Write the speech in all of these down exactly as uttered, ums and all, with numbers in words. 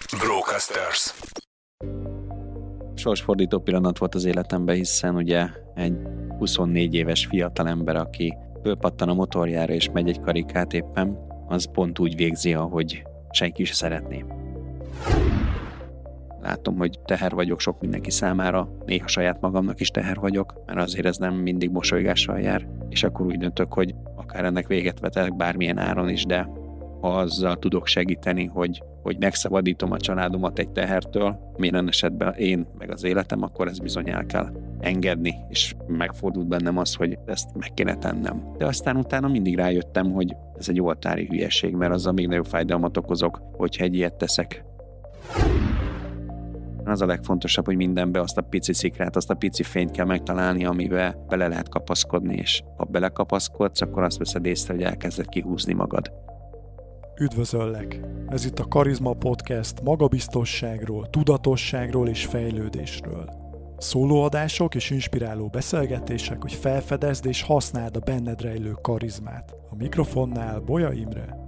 Brocasters. Sorsfordító pillanat volt az életemben, hiszen ugye egy huszonnégy éves fiatalember, aki fölpattan a motorjára és megy egy karikát éppen, az pont úgy végzi, ahogy senki is szeretné. Látom, hogy teher vagyok sok mindenki számára, néha saját magamnak is teher vagyok, mert azért ez nem mindig mosolygással jár, és akkor úgy döntök, hogy akár ennek véget vetek bármilyen áron is, de ha azzal tudok segíteni, hogy, hogy megszabadítom a családomat egy tehertől, minden esetben én meg az életem, akkor ez bizony el kell engedni, és megfordult bennem az, hogy ezt meg kéne tennem. De aztán utána mindig rájöttem, hogy ez egy oltári hülyeség, mert azzal még nagyobb fájdalmat okozok, hogyha egy ilyet teszek. Az a legfontosabb, hogy mindenbe azt a pici szikrát, azt a pici fényt kell megtalálni, amivel bele lehet kapaszkodni, és ha belekapaszkodsz, akkor azt veszed észre, hogy elkezded kihúzni magad. Üdvözöllek! Ez itt a Karizma Podcast magabiztosságról, tudatosságról és fejlődésről. Szólóadások és inspiráló beszélgetések, hogy felfedezd és használd a benned rejlő karizmát. A mikrofonnál Bolya Imre.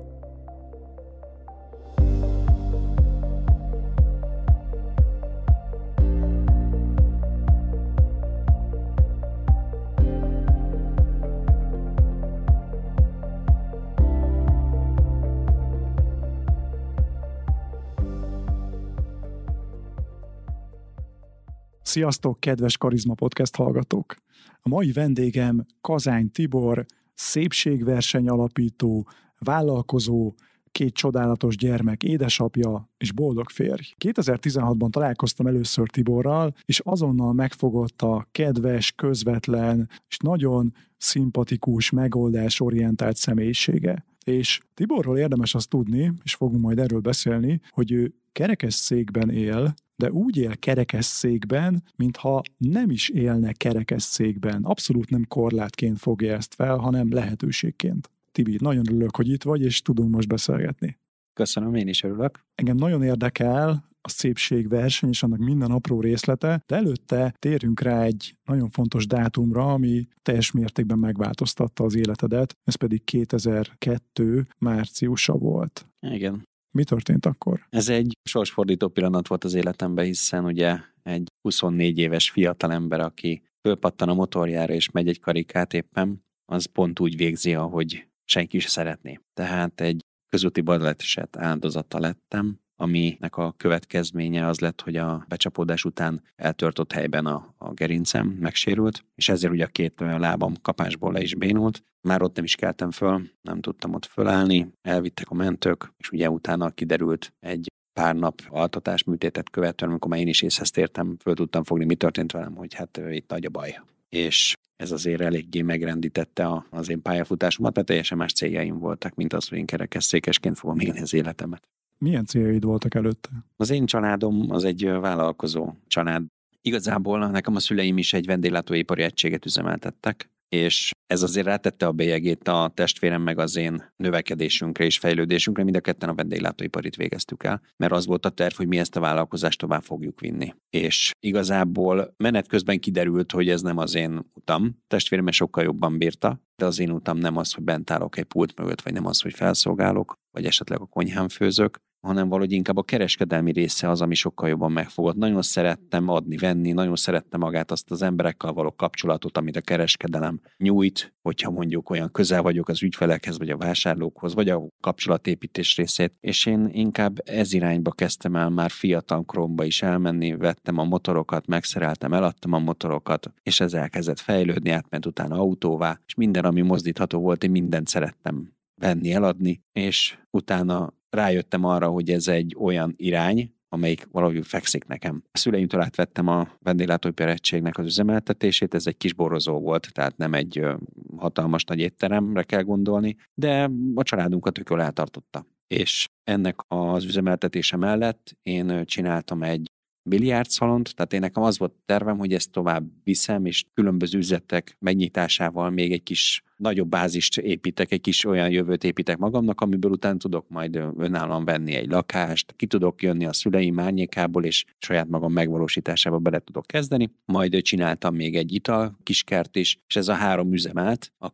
Sziasztok, kedves Karizma Podcast hallgatók! A mai vendégem Kazány Tibor, szépségverseny alapító, vállalkozó, két csodálatos gyermek édesapja és boldog férj. kétezer-tizenhatban találkoztam először Tiborral, és azonnal megfogott a kedves, közvetlen és nagyon szimpatikus, megoldásorientált személyisége. És Tiborról érdemes azt tudni, és fogunk majd erről beszélni, hogy ő kerekesszékben él, de úgy él kerekesszékben, mintha nem is élne kerekesszékben. Abszolút nem korlátként fogja ezt fel, hanem lehetőségként. Tibi, nagyon örülök, hogy itt vagy, és tudunk most beszélgetni. Köszönöm, én is örülök. Engem nagyon érdekel a szépségverseny és annak minden apró részlete, de előtte térjünk rá egy nagyon fontos dátumra, ami teljes mértékben megváltoztatta az életedet, ez pedig kétezer-kettő márciusa volt. Igen. Mi történt akkor? Ez egy sorsfordító pillanat volt az életemben, hiszen ugye egy huszonnégy éves fiatalember, aki fölpattan a motorjára és megy egy karikát éppen, az pont úgy végzi, ahogy senki is szeretné. Tehát egy közúti baleset áldozata lettem, aminek a következménye az lett, hogy a becsapódás után eltört ott helyben a, a gerincem, megsérült, és ezért ugye a két lábam kapásból le is bénult. Már ott nem is keltem föl, nem tudtam ott fölállni, elvittek a mentők, és ugye utána kiderült egy pár nap altatás műtétet követően, amikor már én is észhez tértem, föl tudtam fogni, mi történt velem, hogy hát itt nagy a baj. És ez azért eléggé megrendítette a, az én pályafutásomat, mert teljesen más céljaim voltak, mint az, hogy én kerekesszékesként fogom élni az életemet. Milyen céljaid voltak előtte? Az én családom az egy vállalkozó család. Igazából nekem a szüleim is egy vendéglátóipari egységet üzemeltettek, és ez azért rátette a bélyegét a testvérem meg az én növekedésünkre és fejlődésünkre, mind a ketten a vendéglátóiparit végeztük el, mert az volt a terv, hogy mi ezt a vállalkozást tovább fogjuk vinni. És igazából menet közben kiderült, hogy ez nem az én utam. Testvérem sokkal jobban bírta, de az én utam nem az, hogy bent állok egy pult mögött, vagy nem az, hogy felszolgálok, vagy esetleg a konyhán főzök, hanem valahogy inkább a kereskedelmi része az, ami sokkal jobban megfogott. Nagyon szerettem adni-venni, nagyon szerettem magát azt az emberekkel való kapcsolatot, amit a kereskedelem nyújt, hogyha mondjuk olyan közel vagyok az ügyfelekhez, vagy a vásárlókhoz, vagy a kapcsolatépítés részét, és én inkább ez irányba kezdtem el már fiatal koromba is elmenni, vettem a motorokat, megszereltem, eladtam a motorokat, és ez elkezdett fejlődni, átment utána autóvá, és minden, ami mozdítható volt, én mindent szerettem venni, eladni, és utána rájöttem arra, hogy ez egy olyan irány, amelyik valahogy fekszik nekem. A szüleimtől átvettem a vendéglátóipari egységnek az üzemeltetését, ez egy kis borozó volt, tehát nem egy hatalmas nagy étteremre kell gondolni, de a családunkat tök jól eltartotta. És ennek az üzemeltetése mellett én csináltam egy biliárdszalont, tehát én nekem az volt tervem, hogy ezt tovább viszem, és különböző üzletek megnyitásával még egy kis nagyobb bázist építek, egy kis olyan jövőt építek magamnak, amiből után tudok majd önállóan venni egy lakást, ki tudok jönni a szüleim árnyékából, és saját magam megvalósításába bele tudok kezdeni. Majd csináltam még egy ital kiskert is, és ez a három üzemelt, akkor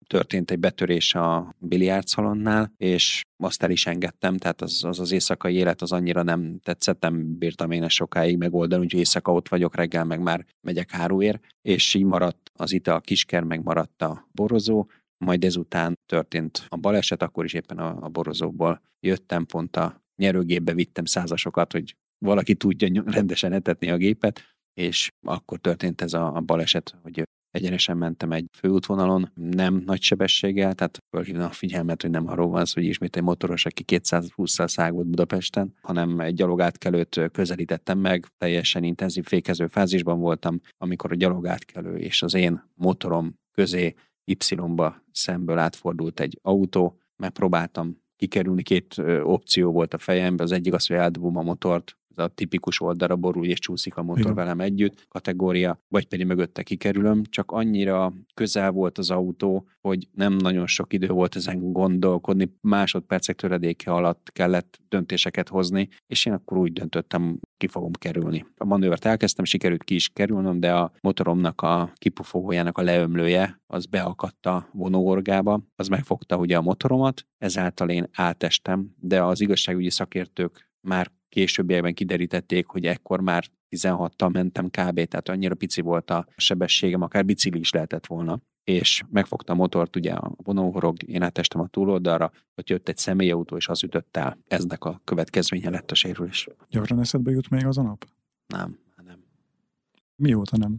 történt egy betörés a biliárdszalonnál, és azt el is engedtem, tehát az, az az éjszakai élet az annyira nem tetszett, nem bírtam én ezt sokáig megoldani, úgyhogy éjszaka ott vagyok, reggel meg már megyek háruér, és így maradt az ital, a kisker, meg maradt a borozó, majd ezután történt a baleset, akkor is éppen a, a borozóból jöttem, pont a nyerőgépbe vittem százasokat, hogy valaki tudja rendesen etetni a gépet, és akkor történt ez a, a baleset, hogy egyenesen mentem egy főútvonalon, nem nagy sebességgel, tehát fölhívna a figyelmet, hogy nem arról van szó, hogy ismét egy motoros, aki kétszázhússzal szágult Budapesten, hanem egy gyalogátkelőt közelítettem meg, teljesen intenzív fékező fázisban voltam, amikor a gyalogátkelő és az én motorom közé Y-ba szemből átfordult egy autó, megpróbáltam kikerülni, két opció volt a fejemben, az egyik az, hogy eldobom a motort, ez a tipikus oldalra borul és csúszik a motor Igen. velem együtt kategória, vagy pedig mögötte kikerülöm, csak annyira közel volt az autó, hogy nem nagyon sok idő volt ezen gondolkodni, másodpercek töredéke alatt kellett döntéseket hozni, és én akkor úgy döntöttem, ki fogom kerülni. A manővert elkezdtem, sikerült ki is kerülnöm, de a motoromnak a kipufogójának a leömlője, az beakadt a vonóorgába, az megfogta ugye a motoromat, ezáltal én átestem, de az igazságügyi szakértők már későbbiekben kiderítették, hogy ekkor már tizenhattal mentem kb. Tehát annyira pici volt a sebességem, akár bicikli is lehetett volna. És megfogta a motort, ugye a vonóhorog, én átestem a túloldalra, hogy jött egy személyautó, és az ütött el. Eznek a következménye lett a sérülés. Gyakran eszedbe jut még az a nap? Nem, nem. Mióta nem?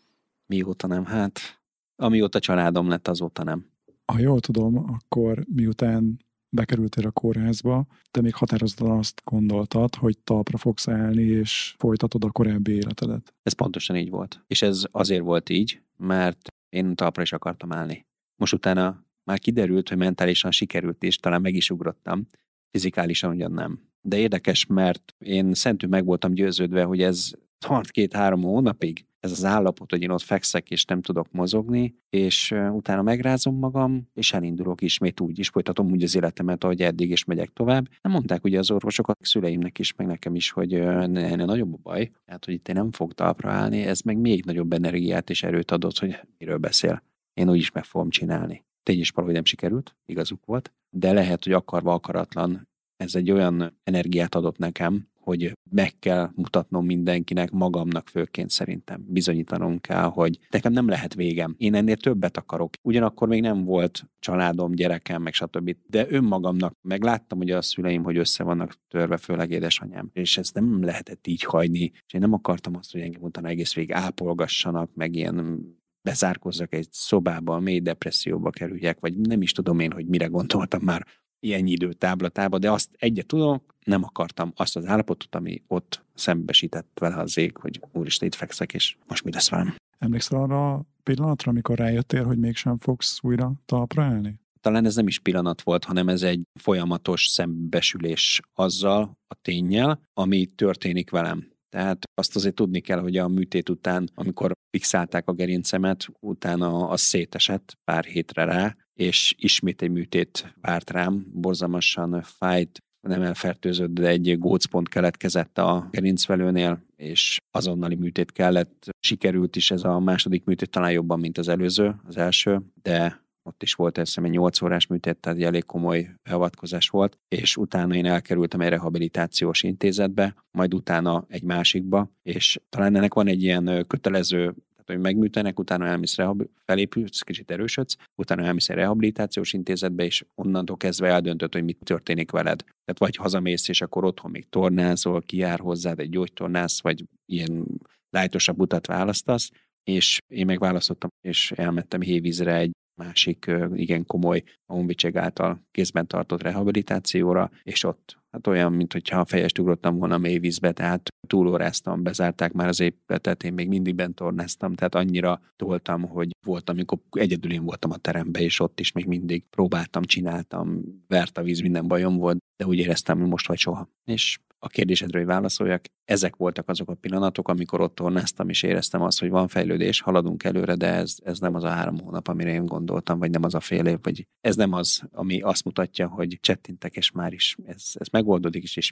Mióta nem? Hát, amióta családom lett, azóta nem. Ha jól tudom, akkor miután bekerültél a kórházba, te még határozottan azt gondoltad, hogy talpra fogsz állni, és folytatod a korábbi életedet. Ez pontosan így volt. És ez azért volt így, mert én talpra is akartam állni. Most utána már kiderült, hogy mentálisan sikerült, és talán meg is ugrottam. Fizikálisan ugyan nem. De érdekes, mert én szentül meg voltam győződve, hogy ez tart két-három hónapig, ez az állapot, hogy én ott fekszek, és nem tudok mozogni, és utána megrázom magam, és elindulok ismét úgy is, folytatom úgy az életemet, ahogy eddig, és megyek tovább. Nem mondták ugye az orvosok a szüleimnek is, meg nekem is, hogy ennél nagyobb a baj, tehát, hogy itt én nem fog talpra állni, ez meg még nagyobb energiát és erőt adott, hogy miről beszél. Én úgy is meg fogom csinálni. Tény is valahogy nem sikerült, igazuk volt, de lehet, hogy akarva akaratlan ez egy olyan energiát adott nekem, hogy meg kell mutatnom mindenkinek, magamnak főként szerintem. Bizonyítanom kell, hogy nekem nem lehet végem. Én ennél többet akarok. Ugyanakkor még nem volt családom, gyerekem, meg stb. De önmagamnak megláttam, hogy a szüleim, hogy össze vannak törve, főleg édesanyám. És ezt nem lehetett így hagyni. És én nem akartam azt, hogy engem utána egész végig ápolgassanak, meg ilyen bezárkozzak egy szobában, mély depresszióba kerüljek, vagy nem is tudom én, hogy mire gondoltam már ilyen időtáblatába, de azt egyet tudom, nem akartam azt az állapotot, ami ott szembesített vele az ég, hogy úristen, itt fekszek, és most mi lesz velem. Emlékszel arra a pillanatra, amikor rájöttél, hogy mégsem fogsz újra talpra állni? Talán ez nem is pillanat volt, hanem ez egy folyamatos szembesülés azzal a ténnyel, ami történik velem. Tehát azt azért tudni kell, hogy a műtét után, amikor fixálták a gerincemet, utána az szétesett pár hétre rá, és ismét egy műtét várt rám, borzalmasan fájt, nem elfertőzött, de egy gócpont keletkezett a gerincvelőnél, és azonnali műtét kellett. Sikerült is ez a második műtét talán jobban, mint az előző, az első, de ott is volt egy nyolc órás műtét, tehát egy elég komoly beavatkozás volt, és utána én elkerültem egy rehabilitációs intézetbe, majd utána egy másikba, és talán ennek van egy ilyen kötelező, tehát hogy megműtenek, utána elmész, rehabil- felépülsz, kicsit erősödsz, utána elmész egy rehabilitációs intézetbe, és onnantól kezdve eldöntöd, hogy mit történik veled. Tehát vagy hazamész, és akkor otthon még tornázol, kijár hozzád egy gyógytornász, vagy ilyen lájtosabb utat választasz, és én megválasztottam, és elmentem Hévízre egy másik igen komoly a honvédség által kézben tartott rehabilitációra, és ott hát olyan, mintha a fejest ugrottam volna mély vízbe, tehát túlóráztam, bezárták már az épületet, én még mindig bent tornáztam, tehát annyira toltam, hogy voltam, amikor egyedül én voltam a teremben, és ott is még mindig próbáltam, csináltam, vert a víz, minden bajom volt, de úgy éreztem, hogy most vagy soha. És a kérdésedre, hogy válaszoljak, ezek voltak azok a pillanatok, amikor ott tornáztam, és éreztem azt, hogy van fejlődés, haladunk előre, de ez, ez nem az a három hónap, amire én gondoltam, vagy nem az a fél év, vagy ez nem az, ami azt mutatja, hogy csettintek, és már is ez, ez megoldódik, és ismét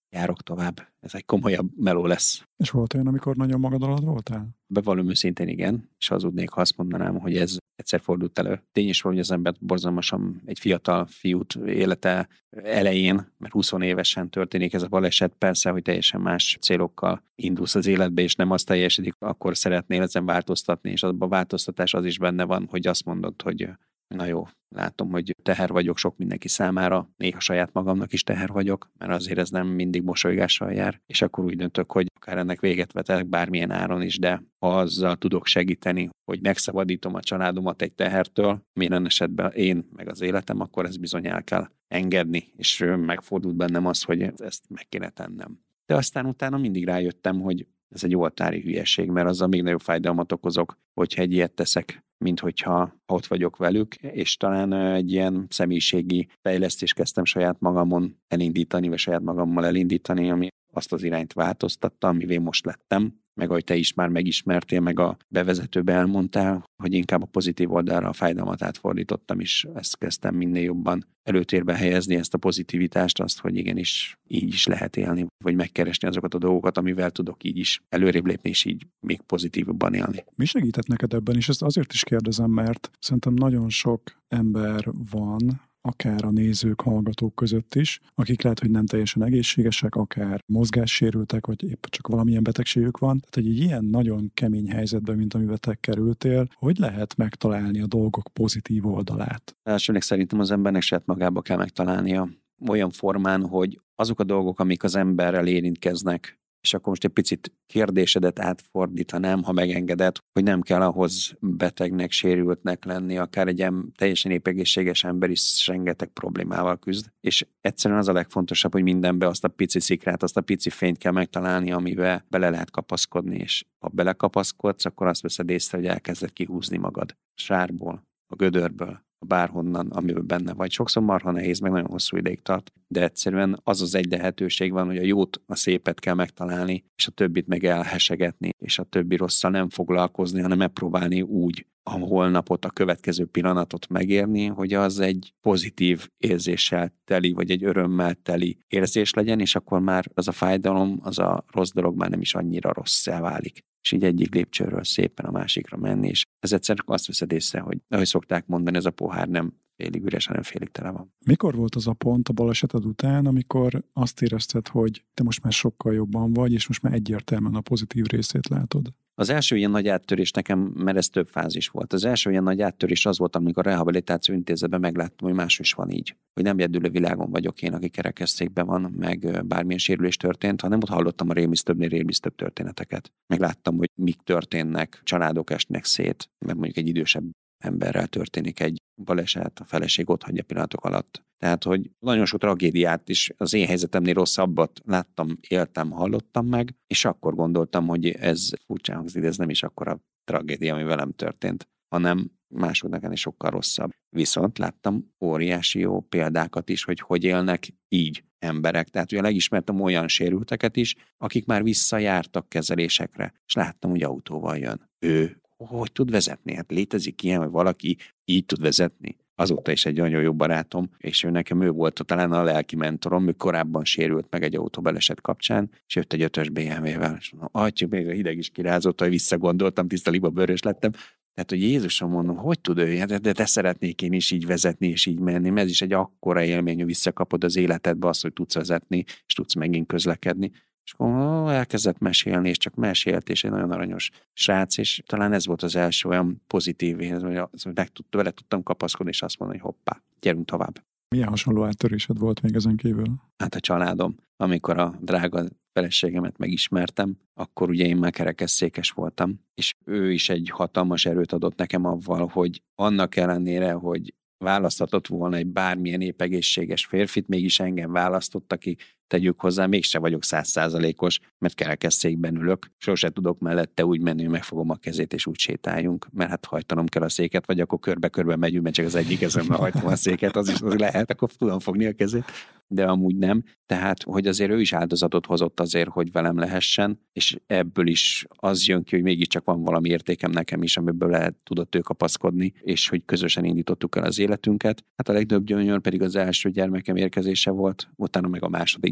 járok tovább. Ez egy komolyabb meló lesz. És volt olyan, amikor nagyon magad alatt voltál? Bevallom őszintén igen, és hazudnék, ha azt mondanám, hogy ez egyszer fordult elő. Tény is van, hogy az ember borzalmasan egy fiatal fiút élete elején, mert húsz évesen történik ez a baleset, persze, hogy teljesen más célokkal indulsz az életbe, és nem azt teljesítik, akkor szeretnél ezen változtatni, és abban a változtatás az is benne van, hogy azt mondod, hogy na jó, látom, hogy teher vagyok sok mindenki számára, néha saját magamnak is teher vagyok, mert azért ez nem mindig mosolygással jár, és akkor úgy döntök, hogy akár ennek véget vetek bármilyen áron is, de ha azzal tudok segíteni, hogy megszabadítom a családomat egy tehertől, minden esetben én meg az életem, akkor ez bizony el kell engedni, és megfordult bennem az, hogy ezt meg kéne tennem. De aztán utána mindig rájöttem, hogy ez egy oltári hülyeség, mert azzal még nagyobb fájdalmat okozok, hogyha egy ilyet teszek, mint hogyha ott vagyok velük, és talán egy ilyen személyiségi fejlesztést kezdtem saját magamon elindítani, vagy saját magammal elindítani, ami azt az irányt változtatta, amivé most lettem, meg ahogy te is már megismertél, meg a bevezetőbe elmondtál, hogy inkább a pozitív oldalra a fájdalmat átfordítottam, és ezt kezdtem minél jobban előtérbe helyezni, ezt a pozitivitást, azt, hogy igenis így is lehet élni, vagy megkeresni azokat a dolgokat, amivel tudok így is előrébb lépni, és így még pozitívabban élni. Mi segített neked ebben, és ezt azért is kérdezem, mert szerintem nagyon sok ember van, akár a nézők, hallgatók között is, akik lehet, hogy nem teljesen egészségesek, akár mozgássérültek, vagy épp csak valamilyen betegségük van. Tehát, hogy egy ilyen nagyon kemény helyzetben, mint amiben te kerültél, hogy lehet megtalálni a dolgok pozitív oldalát? Elsőnek szerintem az embernek saját magába kell megtalálnia. Olyan formán, hogy azok a dolgok, amik az emberrel érintkeznek, és akkor most egy picit kérdésedet átfordítanám, ha megengeded, hogy nem kell ahhoz betegnek, sérültnek lenni, akár egy em- teljesen épp egészséges ember is rengeteg problémával küzd. És egyszerűen az a legfontosabb, hogy mindenbe azt a pici szikrát, azt a pici fényt kell megtalálni, amiben bele lehet kapaszkodni, és ha belekapaszkodsz, akkor azt veszed észre, hogy elkezded kihúzni magad. A sárból, a gödörből, bárhonnan, amiben benne vagy. Sokszor marha nehéz, meg nagyon hosszú ideig tart, de egyszerűen az az egy lehetőség van, hogy a jót, a szépet kell megtalálni, és a többit meg elhesegetni, és a többi rosszal nem foglalkozni, hanem megpróbálni úgy a holnapot, a következő pillanatot megérni, hogy az egy pozitív érzéssel teli, vagy egy örömmel teli érzés legyen, és akkor már az a fájdalom, az a rossz dolog már nem is annyira rosszá válik. És így egyik lépcsőről szépen a másikra menni, és ez egyszerűen azt veszed észre, hogy ahogy szokták mondani, ez a pohár nem félig üres, hanem félig tele van. Mikor volt az a pont a baleseted után, amikor azt érezted, hogy te most már sokkal jobban vagy, és most már egyértelműen a pozitív részét látod? Az első ilyen nagy áttörés nekem, mert ez több fázis volt. Az első ilyen nagy áttörés az volt, amikor a rehabilitáció intézetben megláttam, hogy más is van így. Hogy nem egyedül a világon vagyok én, aki kerekesszékben van, meg bármilyen sérülés történt, hanem ott hallottam a rémisztőbbnél rémisztőbb történeteket. Megláttam, hogy mik történnek, családok esnek szét, meg mondjuk egy idősebb emberrel történik egy baleset, a feleség ott hagyja pillanatok alatt. Tehát, hogy nagyon sok tragédiát is az én helyzetemnél rosszabbat láttam, éltem, hallottam meg, és akkor gondoltam, hogy ez furcsán hangzik, ez nem is akkora tragédia, ami velem történt, hanem másoknak ennél sokkal rosszabb. Viszont láttam óriási jó példákat is, hogy hogy élnek így emberek. Tehát ugye legismertem olyan sérülteket is, akik már visszajártak kezelésekre, és láttam, hogy autóval jön. Ő hogy tud vezetni? Hát létezik ilyen, hogy valaki így tud vezetni. Azóta is egy nagyon jó barátom, és ő nekem ő volt talán a lelki mentorom, ő korábban sérült meg egy autóbaleset kapcsán, és jött egy ötös bé em vé-vel, és mondom, atya, még a hideg is kirázott, hogy visszagondoltam, tiszta liba bőrös lettem. Tehát, hogy Jézusom, mondom, hogy tud ő, de, de, de szeretnék én is így vezetni, és így menni, mert ez is egy akkora élmény, hogy visszakapod az életedbe azt, hogy tudsz vezetni, és tudsz megint közlekedni. És akkor elkezdett mesélni, és csak mesélt, és egy nagyon aranyos srác, és talán ez volt az első olyan pozitív, hogy meg tud, vele tudtam kapaszkodni, és azt mondani, hogy hoppá, gyerünk tovább. Milyen hasonló áttörésed volt még ezen kívül? Hát a családom. Amikor a drága feleségemet megismertem, akkor ugye én már kerekesszékes voltam, és ő is egy hatalmas erőt adott nekem avval, hogy annak ellenére, hogy választhatott volna egy bármilyen épp egészséges férfit, mégis engem választott, aki tegyük hozzá, mégse vagyok százszázalékos, mert kerekesszékben ülök, sose tudok mellette úgy menni, hogy megfogom a kezét, és úgy sétáljunk, mert hát hajtanom kell a széket, vagy akkor körbe-körbe megyünk, mert csak az egyik kezemben hajtom a széket, az is az lehet, akkor tudom fogni a kezét, de amúgy nem. Tehát, hogy azért ő is áldozatot hozott azért, hogy velem lehessen, és ebből is az jön ki, hogy mégiscsak van valami értékem nekem is, amiből lehet tudott ő kapaszkodni, és hogy közösen indítottuk el az életünket. Hát a legnagyobb gyönyör pedig az első gyermekem érkezése volt, utána meg a második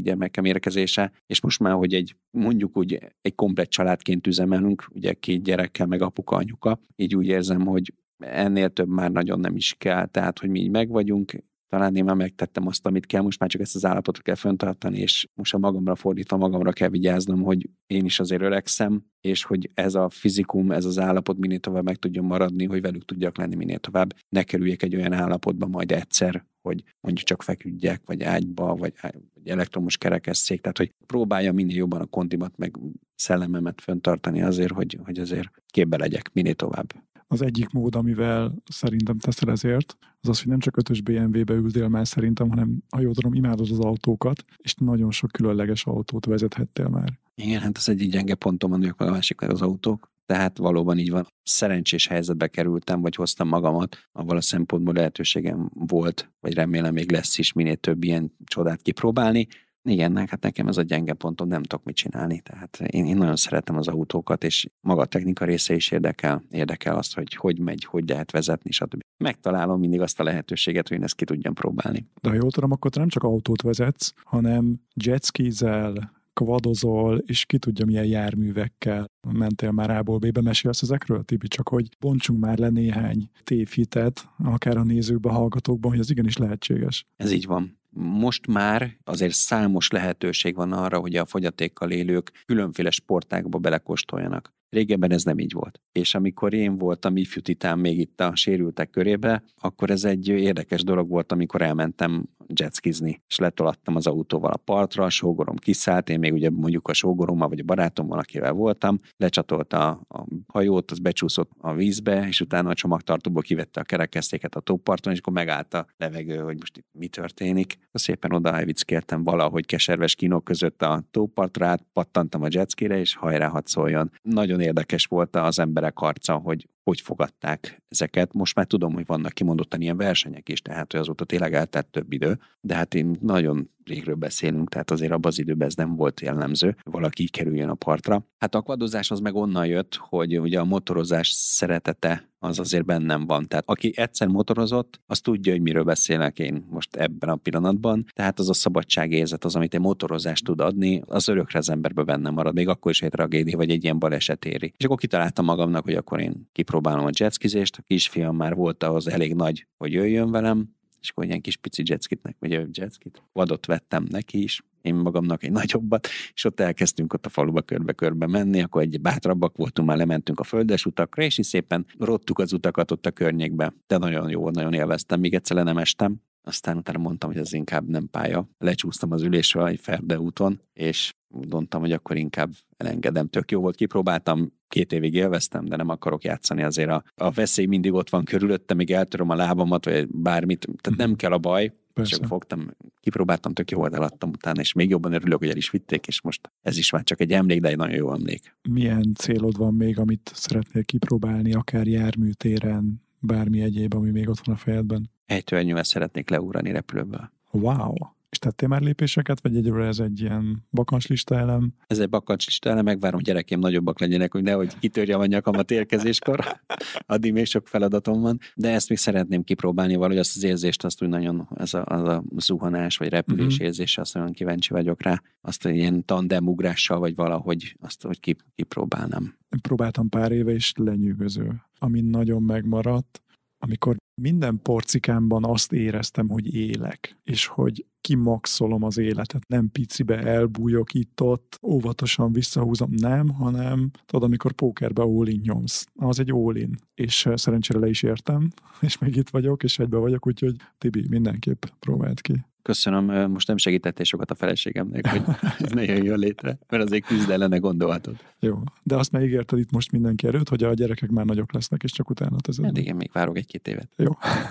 gyermekem érkezése, és most már, hogy egy mondjuk úgy egy komplett családként üzemelünk, ugye két gyerekkel, meg apuka, anyuka, így úgy érzem, hogy ennél több már nagyon nem is kell, tehát, hogy mi így megvagyunk, talán én már megtettem azt, amit kell, most már csak ezt az állapotot kell fenntartani, és most a magamra fordítva, magamra kell vigyáznom, hogy én is azért öregszem, és hogy ez a fizikum, ez az állapot minél tovább meg tudjon maradni, hogy velük tudjak lenni minél tovább, ne kerüljek egy olyan állapotba majd egyszer, hogy mondjuk csak feküdjek, vagy ágyba, vagy, vagy elektromos kerekesszék, tehát hogy próbálja minél jobban a kondimat, meg szellememet fenntartani azért, hogy, hogy azért képbe legyek minél tovább. Az egyik mód, amivel szerintem teszel ezért, az az, hogy nem csak ötös bé em vé-be ültél már szerintem, hanem, ha jól tudom, imádod az autókat, és nagyon sok különleges autót vezethettél már. Igen, hát ez egyik gyenge pontom, mondjuk meg a másik az autók. Tehát valóban így van. Szerencsés helyzetbe kerültem, vagy hoztam magamat, avval a szempontból lehetőségem volt, vagy remélem még lesz is minél több ilyen csodát kipróbálni. Igen, hát nekem ez a gyenge pontom, nem tudok mit csinálni. Tehát én, én nagyon szeretem az autókat, és maga a technika része is érdekel. Érdekel azt, hogy hogy megy, hogy lehet vezetni, stb. Megtalálom mindig azt a lehetőséget, hogy én ezt ki tudjam próbálni. De ha jól tudom, akkor te nem csak autót vezetsz, hanem jetskizel, kvadozol, és ki tudja milyen járművekkel mentél már A-ból B-be. Mesélsz ezekről, Tibi? Csak hogy bontsunk már le néhány tévhitet, akár a nézőkben, hallgatókban, hogy ez igenis lehetséges. Ez így van. Most már azért számos lehetőség van arra, hogy a fogyatékkal élők különféle sportákba belekóstoljanak. Régebben ez nem így volt. És amikor én voltam ifjú titán még itt a sérültek körébe, akkor ez egy érdekes dolog volt, amikor elmentem jetskizni, és letolattam az autóval a partra, a sógorom kiszállt, én még ugye mondjuk a sógorommal vagy a barátommal, akivel voltam, lecsatolta a, a hajót, az becsúszott a vízbe, és utána a csomagtartóból kivette a kerekesztéket a tóparton, és akkor megállt a levegő, hogy most itt mi történik. Szépen oda elvickéltem valahogy keserves kínok között a tópartra, át pattantam a jetskire, és hajrá, hadd szóljon. Nagyon érdekes volt az emberek arca, hogy hogy fogadták ezeket. Most már tudom, hogy vannak kimondottan ilyen versenyek is, tehát hogy azóta tényleg eltelt több idő, de hát én nagyon régről beszélünk, tehát azért abban az időben ez nem volt jellemző, valaki így kerüljön a partra. Hát a kvadozás az meg onnan jött, hogy ugye a motorozás szeretete az azért bennem van. Tehát aki egyszer motorozott, az tudja, hogy miről beszélek én most ebben a pillanatban. Tehát az a szabadságérzet, az, amit egy motorozás tud adni, az örökre az emberbe bennem marad, még akkor is egy tragédia, vagy egy ilyen baleset éri. És akkor kitaláltam magamnak, hogy akkor én kipróbálom a jetskizést. A kisfiam már volt ahhoz elég nagy, hogy jöjjön velem, és akkor ilyen kis pici jetskitnek, vagy jetskit, vadot vettem neki is, én magamnak egy nagyobbat, és ott elkezdtünk ott a faluba körbe-körbe menni, akkor egy bátrabbak voltunk, már lementünk a földes utakra, és így szépen rottuk az utakat ott a környékbe. De nagyon jó, nagyon élveztem, még egyszer le nem estem. Aztán utána mondtam, hogy ez inkább nem pálya. Lecsúsztam az ülésről egy Ferde úton, és mondtam, hogy akkor inkább elengedem. Tök jó volt, kipróbáltam, két évig élveztem, de nem akarok játszani, azért a, a veszély mindig ott van körülöttem, még eltöröm a lábamat, vagy bármit, tehát nem kell a baj. Persze. Csak fogtam, kipróbáltam, tök jó volt, eladtam utána, és még jobban örülök, hogy el is vitték, és most ez is már csak egy emlék, de egy nagyon jó emlék. Milyen célod van még, amit szeretnél kipróbálni, akár járműtéren, bármi egyéb, ami még ott van a fejedben? Ejtőernyővel szeretnék leugrani repülőből. Wow! És tettél már lépéseket, vagy egyről ez egy ilyen bakancslista elem? Ez egy bakancslista elem, megvárom, hogy gyerekeim nagyobbak legyenek, hogy nehogy kitörjem a nyakamat érkezéskor. Addig még sok feladatom van. De ezt még szeretném kipróbálni valahogy, azt az érzést, azt úgy nagyon, az a, az a zuhanás, vagy repülés uh-huh. érzése, azt nagyon kíváncsi vagyok rá. Azt, hogy ilyen tandemugrással, vagy valahogy azt, hogy kip, kipróbálnám. Én próbáltam pár éve, és lenyűgöző. Ami nagyon megmaradt, amikor minden porcikámban azt éreztem, hogy élek, és hogy kimaxolom az életet. Nem picibe elbújok itt-ott, óvatosan visszahúzom, nem, hanem tudod, amikor pókerbe all-in nyomsz. Az egy all-in. És szerencsére le is értem, és még itt vagyok, és egybe vagyok, úgyhogy Tibi, mindenképp próbáld ki. Köszönöm, most nem segítettél sokat a feleségemnek, hogy ez ne jöjjön létre, mert azért küzd ellene, gondolhatod. Jó, de azt megígérted itt most mindenki előtt, hogy a gyerekek már nagyok lesznek, és csak utána tezed. Hát igen, még várok egy-két évet. Jó.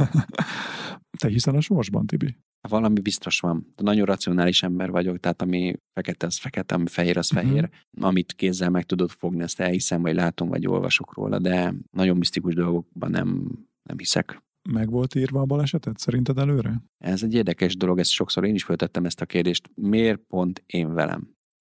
Te hiszel a sorsban, Tibi? Valami biztos van. De nagyon racionális ember vagyok, tehát ami fekete, az fekete, ami fehér, az fehér. Uh-huh. Amit kézzel meg tudod fogni, azt elhiszem, vagy látom, vagy olvasok róla, de nagyon misztikus dolgokban nem, nem hiszek. Meg volt írva a balesetet szerinted előre? Ez egy érdekes dolog, ezt sokszor én is föltettem ezt a kérdést. Miért pont én velem?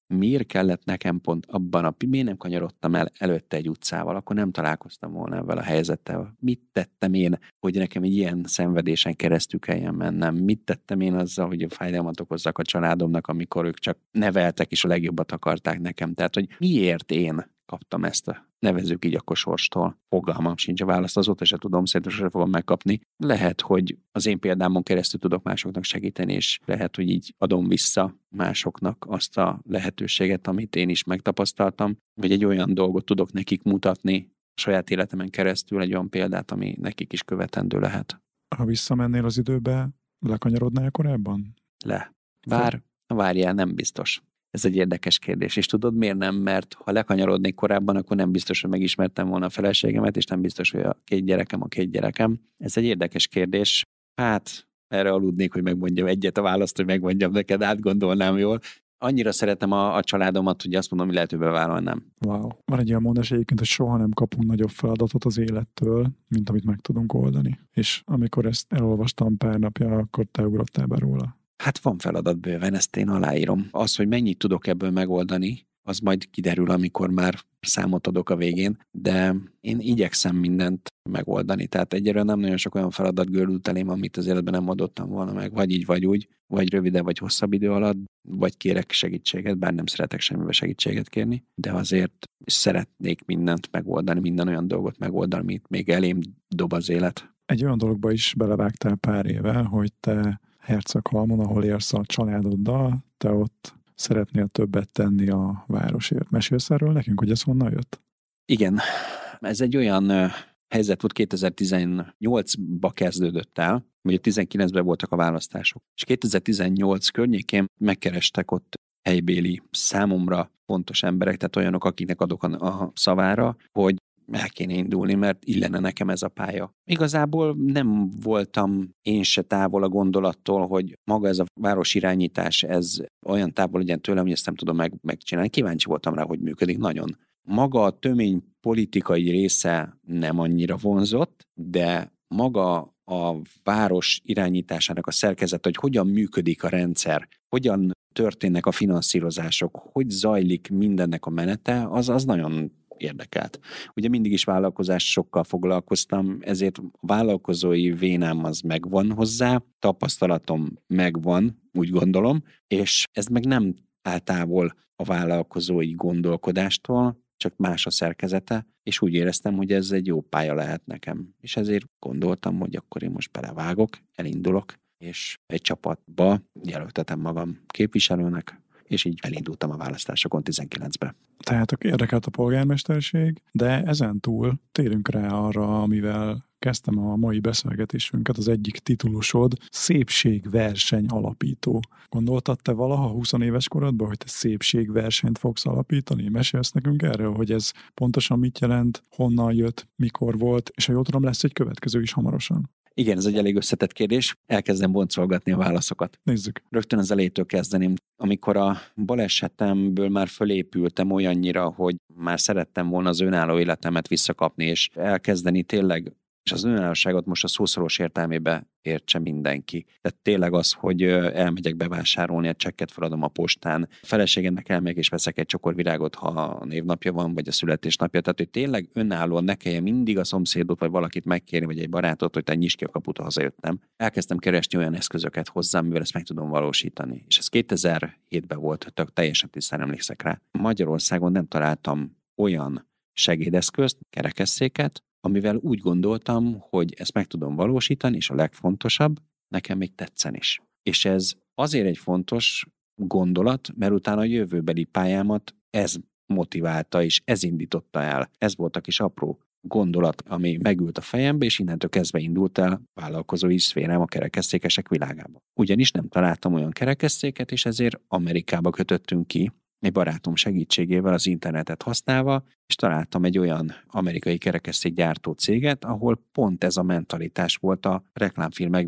miért kellett nekem pont abban a, miért nem kanyarodtam el előtte egy utcával, akkor nem találkoztam volna ebben a helyzettel. Mit tettem én, hogy nekem egy ilyen szenvedésen keresztül kelljen mennem? Mit tettem én azzal, hogy a fájdalmat okozzak a családomnak, amikor ők csak neveltek és a legjobbat akarták nekem? Tehát, hogy miért én kaptam ezt a nevezzük így akkor sorstól. Fogalmam sincs a választ, azóta se tudom, szerintem sosem fogom megkapni. Lehet, hogy az én példámon keresztül tudok másoknak segíteni, és lehet, hogy így adom vissza másoknak azt a lehetőséget, amit én is megtapasztaltam, vagy egy olyan dolgot tudok nekik mutatni a saját életemen keresztül, egy olyan példát, ami nekik is követendő lehet. Ha visszamennél az időbe, lekanyarodnál korábban? Le. Bár, várjál, nem biztos. Ez egy érdekes kérdés, és tudod miért nem? Mert ha lekanyarodnék korábban, akkor nem biztos, hogy megismertem volna a feleségemet, és nem biztos, hogy a két gyerekem a két gyerekem. Ez egy érdekes kérdés. Hát, erre aludnék, hogy megmondjam egyet a választ, hogy megmondjam neked, átgondolnám jól. Annyira szeretem a, a családomat, hogy azt mondom, hogy lehet, hogy bevállalnám. Wow. Van egy olyan mondás egyébként, hogy soha nem kapunk nagyobb feladatot az élettől, mint amit meg tudunk oldani. És amikor ezt elolvastam pár napja, akkor te ugrottál be róla. Hát van feladat bőven, ezt én aláírom. Az, hogy mennyit tudok ebből megoldani, az majd kiderül, amikor már számot adok a végén, de én igyekszem mindent megoldani. Tehát egyre nem nagyon sok olyan feladat gördült elém, amit az életben nem adottam volna meg, vagy így, vagy úgy, vagy rövidebb, vagy hosszabb idő alatt, vagy kérek segítséget, bár nem szeretek semmibe segítséget kérni, de azért szeretnék mindent megoldani, minden olyan dolgot megoldani, amit még elém dob az élet. Egy olyan dologba is belevágtál pár éve, hogy te Herceghalmon, ahol élsz a családoddal, te ott szeretnél többet tenni a városért. Mesélsz erről nekünk, hogy ez honnan jött? Igen, ez egy olyan uh, helyzet volt, kétezer-tizennyolcba kezdődött el, ugye tizenkilencben voltak a választások, és kétezer-tizennyolc környékén megkerestek ott helybéli számomra fontos emberek, tehát olyanok, akiknek adok a, a szavára, hogy el kéne indulni, mert illene nekem ez a pálya. Igazából nem voltam én se távol a gondolattól, hogy maga ez a városirányítás, ez olyan távol legyen tőlem, hogy ezt nem tudom meg, megcsinálni. Kíváncsi voltam rá, hogy működik nagyon. Maga a tömény politikai része nem annyira vonzott, de maga a város irányításának a szerkezet, hogy hogyan működik a rendszer, hogyan történnek a finanszírozások, hogy zajlik mindennek a menete, az, az nagyon érdekelt. Ugye mindig is vállalkozásokkal foglalkoztam, ezért a vállalkozói vénám az megvan hozzá, tapasztalatom megvan, úgy gondolom, és ez meg nem áll távol a vállalkozói gondolkodástól, csak más a szerkezete, és úgy éreztem, hogy ez egy jó pálya lehet nekem. És ezért gondoltam, hogy akkor én most belevágok, elindulok, és egy csapatba jelöltetem magam képviselőnek, és így elindultam a választásokon tizenkilencben. Tehát érdekelt a polgármesterség, de ezen túl térünk rá arra, amivel kezdtem a mai beszélgetésünket, az egyik titulusod, szépségverseny alapító. Gondoltad te valaha húsz éves korodban, hogy te szépségversenyt fogsz alapítani? Mesélsz nekünk erről, hogy ez pontosan mit jelent, honnan jött, mikor volt, és ha jól tudom, lesz egy következő is hamarosan. Igen, ez egy elég összetett kérdés. Elkezdem boncolgatni a válaszokat. Nézzük. Rögtön az elejétől kezdeném. Amikor a balesetemből már fölépültem olyannyira, hogy már szerettem volna az önálló életemet visszakapni, és elkezdeni tényleg, és az önállóságot most a szószoros értelmébe értse mindenki. Tehát tényleg az, hogy elmegyek bevásárolni, egy csekket feladom a postán, a feleségemnek elmegyek és veszek egy csokor virágot, ha a névnapja van, vagy a születésnapja. Tehát, hogy tényleg önállóan ne kelljen mindig a szomszédot, vagy valakit megkérni, vagy egy barátot, hogy te nyisd ki a kaput, ha hazajöttem. Elkezdtem keresni olyan eszközöket hozzám, mivel ezt meg tudom valósítani. És ez kétezer-hétben volt, tök teljesen tisztán emlékszek rá. Magyarországon nem találtam olyan segédeszközt, kerekesszéket, amivel úgy gondoltam, hogy ezt meg tudom valósítani, és a legfontosabb, nekem még tetszen is. És ez azért egy fontos gondolat, mert utána a jövőbeli pályámat ez motiválta, és ez indította el. Ez volt a kis apró gondolat, ami megült a fejembe, és innentől kezdve indult el vállalkozói szférám a kerekesszékesek világába. Ugyanis nem találtam olyan kerekesszéket, és ezért Amerikába kötöttünk ki, egy barátom segítségével az internetet használva, és találtam egy olyan amerikai kerekesszék gyártó céget, ahol pont ez a mentalitás volt a reklámfilmekben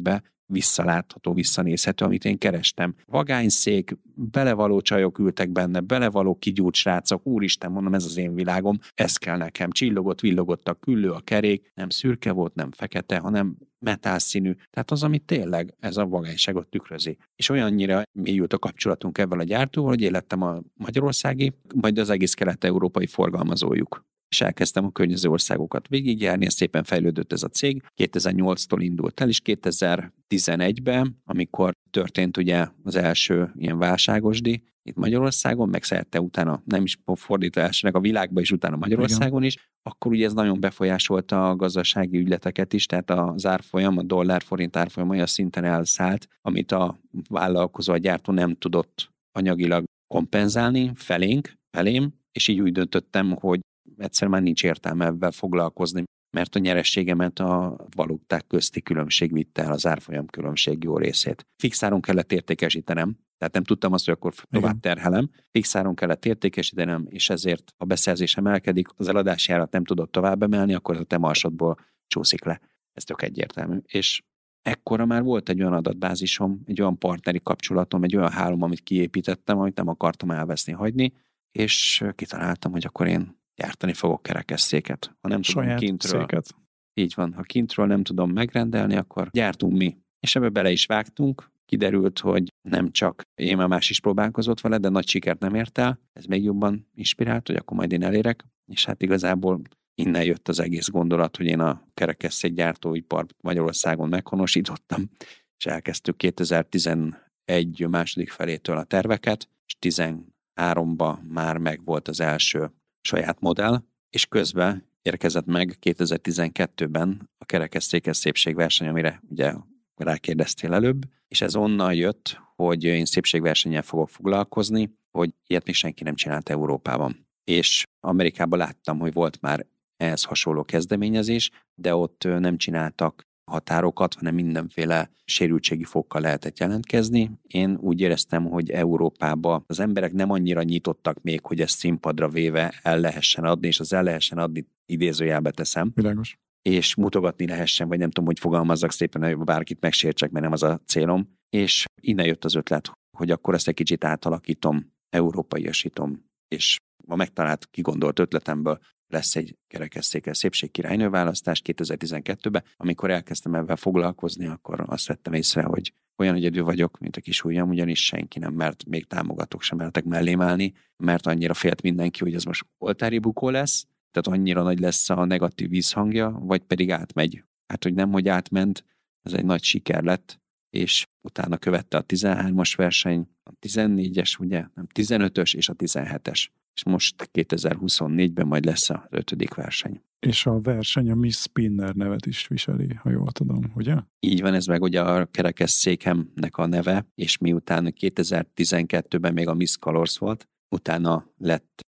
visszalátható, visszanézhető, amit én kerestem. Vagányszék, belevaló csajok ültek benne, belevaló kigyúrt srácok, úristen, mondom, ez az én világom, ez kell nekem. Csillogott, villogott a küllő, a kerék, nem szürke volt, nem fekete, hanem metálszínű. Tehát az, ami tényleg ez a vagányságot tükrözi. És olyannyira mélyült a kapcsolatunk ebben a gyártóval, hogy én lettem a magyarországi, majd az egész kelet-európai forgalmazójuk. És elkezdtem a környező országokat végigjárni, és szépen fejlődött ez a cég. kétezer-nyolctól indult el, és kétezer-tizenegyben, amikor történt ugye az első ilyen válságosdi itt Magyarországon, meg szerte utána nem is fordításnak a világban, és utána Magyarországon is, akkor ugye ez nagyon befolyásolta a gazdasági ügyleteket is, tehát az árfolyam, a dollár-forint árfolyam olyan szinten elszállt, amit a vállalkozó, a gyártó nem tudott anyagilag kompenzálni felénk, felém, és így úgy döntöttem, hogy egyszer már nincs értelme ebben foglalkozni, mert a nyerességemet a valuták közti különbség vitte el, az árfolyam különbség jó részét. Fixáron kellett értékesítenem, tehát nem tudtam azt, hogy akkor tovább terhelem. Fixáron kellett értékesítenem, és ezért a beszerzés emelkedik, az eladási árat nem tudott tovább emelni, akkor a te marsodból csúszik le. Ez tök egyértelmű. És ekkora már volt egy olyan adatbázisom, egy olyan partneri kapcsolatom, egy olyan hálom, amit kiépítettem, amit nem akartam elveszni, hagyni, és kitaláltam, hogy akkor én gyártani fogok kerekesszéket. Ha nem tudom Saját kintről. széket. Így van, ha kintről nem tudom megrendelni, akkor gyártunk mi. És ebbe bele is vágtunk. Kiderült, hogy nem csak én, már más is próbálkozott vele, de nagy sikert nem ért el. Ez még jobban inspirált, hogy akkor majd én elérek. És hát igazából innen jött az egész gondolat, hogy én a kerekesszék gyártóipart Magyarországon meghonosítottam, és elkezdtük kétezer-tizenegy második felétől a terveket, és tizenháromban már megvolt az első saját modell, és közben érkezett meg kétezer-tizenkettőben a kerekesszékes szépségverseny, amire ugye rákérdeztél előbb, és ez onnan jött, hogy én szépségversennyel fogok foglalkozni, hogy ilyet még senki nem csinált Európában. És Amerikában láttam, hogy volt már ehhez hasonló kezdeményezés, de ott nem csináltak határokat, hanem mindenféle sérültségi fokkal lehetett jelentkezni. Én úgy éreztem, hogy Európában az emberek nem annyira nyitottak még, hogy ezt színpadra véve el lehessen adni, és az el lehessen adni idézőjelbe teszem. Világos. És mutogatni lehessen, vagy nem tudom, hogy fogalmazzak szépen, hogy bárkit megsértsek, mert nem az a célom. És innen jött az ötlet, hogy akkor ezt egy kicsit átalakítom, európaiasítom, és a megtalált, kigondolt ötletemből lesz egy kerekesszékes szépségkirálynő választás kétezer-tizenkettőben. Amikor elkezdtem ebben foglalkozni, akkor azt vettem észre, hogy olyan egyedül vagyok, mint a kis ujjam, ugyanis senki nem mert, még támogatók sem mertek mellém állni, mert annyira félt mindenki, hogy ez most oltári bukó lesz, tehát annyira nagy lesz a negatív vízhangja, vagy pedig átmegy. Hát, hogy nem, hogy átment, ez egy nagy siker lett, és utána követte a tizenhármas verseny, a tizennégyes, ugye, nem tizenötös és a tizenhetes. És most kétezer-huszonnégyben majd lesz az ötödik verseny. És a verseny a Miss Spinner nevet is viseli, ha jól tudom, ugye? Így van, ez meg ugye a kerekesszékemnek a neve, és miután kétezer-tizenkettőben még a Miss Colors volt, utána lett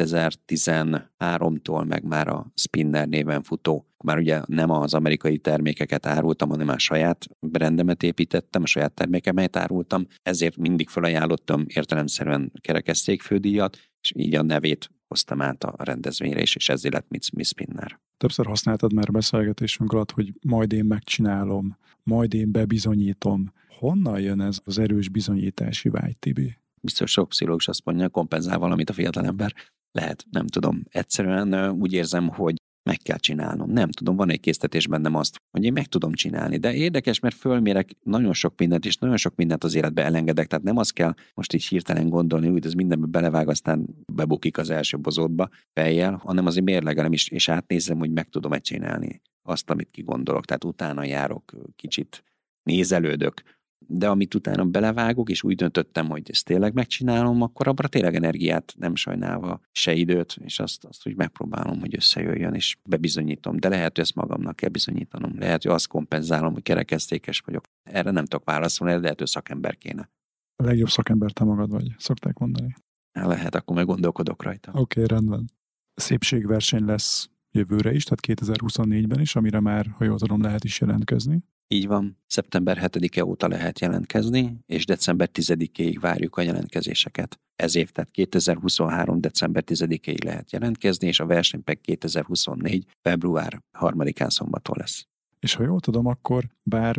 kétezer-tizenháromtól meg már a Spinner néven futó. Már ugye nem az amerikai termékeket árultam, hanem a saját brandemet építettem, a saját termékemet árultam, ezért mindig felajánlottam értelemszerűen kerekesszékfődíjat, és így a nevét hoztam át a rendezvényre is, és ezért lett Miss Spinner. Többször használtad már a beszélgetésünk alatt, hogy majd én megcsinálom, majd én bebizonyítom. Honnan jön ez az erős bizonyítási vágy, Tibi? Biztos sok pszichológus azt mondja, kompenzál valamit a fiatalember. Lehet, nem tudom. Egyszerűen úgy érzem, hogy meg kell csinálnom. Nem tudom, van egy késztetés bennem azt, hogy én meg tudom csinálni. De érdekes, mert fölmérek nagyon sok mindent, és nagyon sok mindent az életbe elengedek. Tehát nem azt kell most így hirtelen gondolni, hogy ez mindenbe belevág, aztán bebukik az első bozótba fejjel, hanem azért mérlegelem is, és átnézem, hogy meg tudom-e csinálni azt, amit kigondolok. Tehát utána járok, kicsit nézelődök. De amit utána belevágok, és úgy döntöttem, hogy ezt tényleg megcsinálom, akkor abra tényleg energiát nem sajnálva, se időt, és azt, azt hogy megpróbálom, hogy összejöjjön, és bebizonyítom. De lehet, hogy ezt magamnak kell bizonyítanom. Lehet, hogy azt kompenzálom, hogy kerekesszékes vagyok. Erre nem tudok válaszolni, de lehet, hogy szakember kéne. A legjobb szakember te magad vagy, szokták mondani. Lehet, akkor meg gondolkodok rajta. Oké, okay, rendben. Szépségverseny lesz jövőre is, tehát kétezer-huszonnégyben is, amire már, ha jól tudom, lehet is jelentkezni. Így van, szeptember hetedike óta lehet jelentkezni, és december tizedikéig várjuk a jelentkezéseket. Ez év, tehát kétezer-huszonhárom. december tizedikéig lehet jelentkezni, és a verseny pedig kétezer-huszonnégy. február harmadikán szombaton lesz. És ha jól tudom, akkor bár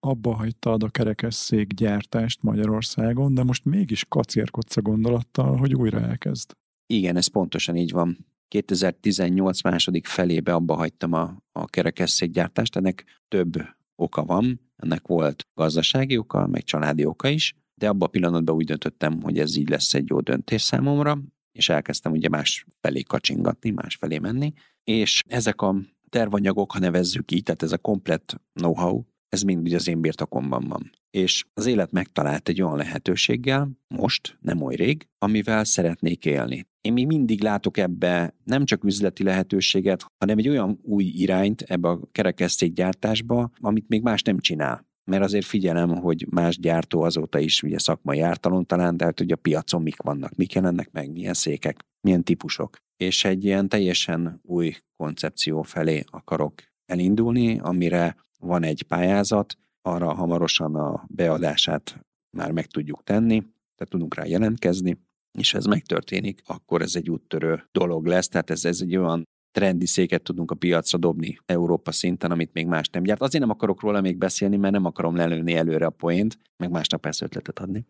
abba hagytad a kerekesszék gyártást Magyarországon, de most mégis kacérkodsz a gondolattal, hogy újra elkezd. Igen, ez pontosan így van. kétezer-tizennyolc második felébe abba hagytam a, a kerekesszékgyártást, ennek több oka van, ennek volt gazdasági oka, meg családi oka is, de abban a pillanatban úgy döntöttem, hogy ez így lesz egy jó döntés számomra, és elkezdtem ugye más felé kacsingatni, más felé menni, és ezek a tervanyagok, ha nevezzük így, tehát ez a komplett know-how, ez mind ugye az én birtokomban van. És az élet megtalált egy olyan lehetőséggel, most, nem oly rég, amivel szeretnék élni. Én még mindig látok ebbe nem csak üzleti lehetőséget, hanem egy olyan új irányt ebbe a kerekesszékgyártásba, amit még más nem csinál. Mert azért figyelem, hogy más gyártó azóta is ugye szakmai ártalomtalan, de hát ugye a piacon mik vannak, mik jelennek meg, milyen székek, milyen típusok. És egy ilyen teljesen új koncepció felé akarok elindulni, amire van egy pályázat, arra hamarosan a beadását már meg tudjuk tenni, tehát tudunk rá jelentkezni, és ez megtörténik, akkor ez egy úttörő dolog lesz, tehát ez, ez egy olyan trendi széket tudunk a piacra dobni Európa szinten, amit még más nem gyárt. Azért nem akarok róla még beszélni, mert nem akarom lelőni előre a poént, meg másnap persze ötletet adni.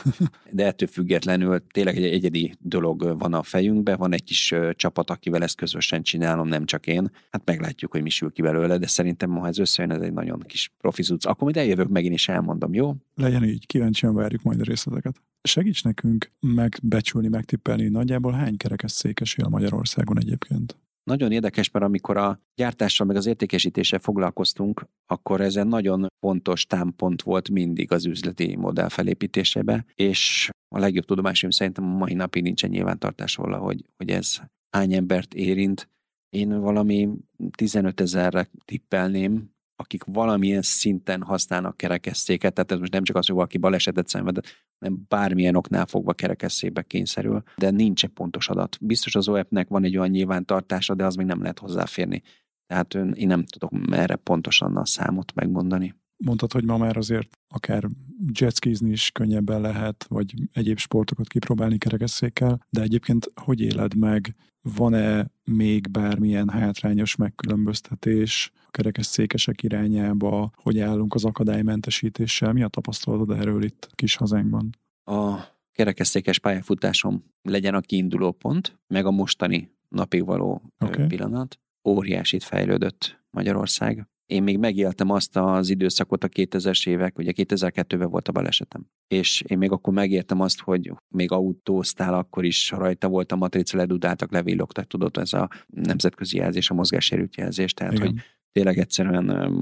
De ettől függetlenül tényleg egy egyedi dolog van a fejünkben, van egy kis csapat, akivel ezt közösen csinálom, nem csak én. Hát meglátjuk, hogy mi sül ki belőle, de szerintem ma ez összejön, ez egy nagyon kis profi cucc. Akkor majd eljövök megint is elmondom, jó? Legyen így, kíváncsian várjuk majd a részleteket. Segíts nekünk megbecsülni, megtippelni, nagyjából hány kerekesszékes él Magyarországon egyébként? Nagyon érdekes, mert amikor a gyártással meg az értékesítéssel foglalkoztunk, akkor ez egy nagyon fontos támpont volt mindig az üzleti modell felépítésébe, és a legjobb tudomásom szerintem a mai napig nincsen nyilvántartás róla, hogy, hogy ez hány embert érint. Én valami tizenöt ezerre tippelném, akik valamilyen szinten használnak kerekesszéket, tehát ez most nem csak az, hogy valaki balesetet szenved, hanem bármilyen oknál fogva kerekesszékbe kényszerül, de nincs egy pontos adat. Biztos az o e pé-nek van egy olyan nyilvántartása, de az még nem lehet hozzáférni. Tehát én nem tudok erre pontosan a számot megmondani. Mondtad, hogy ma már azért akár jetskizni is könnyebben lehet, vagy egyéb sportokat kipróbálni kerekesszékkel, de egyébként hogy éled meg? Van-e még bármilyen hátrányos megkülönböztetés a kerekesszékesek irányába? Hogy állunk az akadálymentesítéssel? Mi a tapasztalatod erről itt kis hazánkban? A kerekesszékes pályafutásom legyen a kiinduló pont, meg a mostani napig való okay. pillanat. Óriásit fejlődött Magyarország. Én még megéltem azt az időszakot a kétezres évek, ugye kétezer-kettőben volt a balesetem. És én még akkor megértem azt, hogy még autóztál, akkor is rajta volt a matrica, ledudáltak, levillogtak, tudod, ez a nemzetközi jelzés, a mozgássérült jelzés. Tehát, igen. Hogy tényleg egyszerűen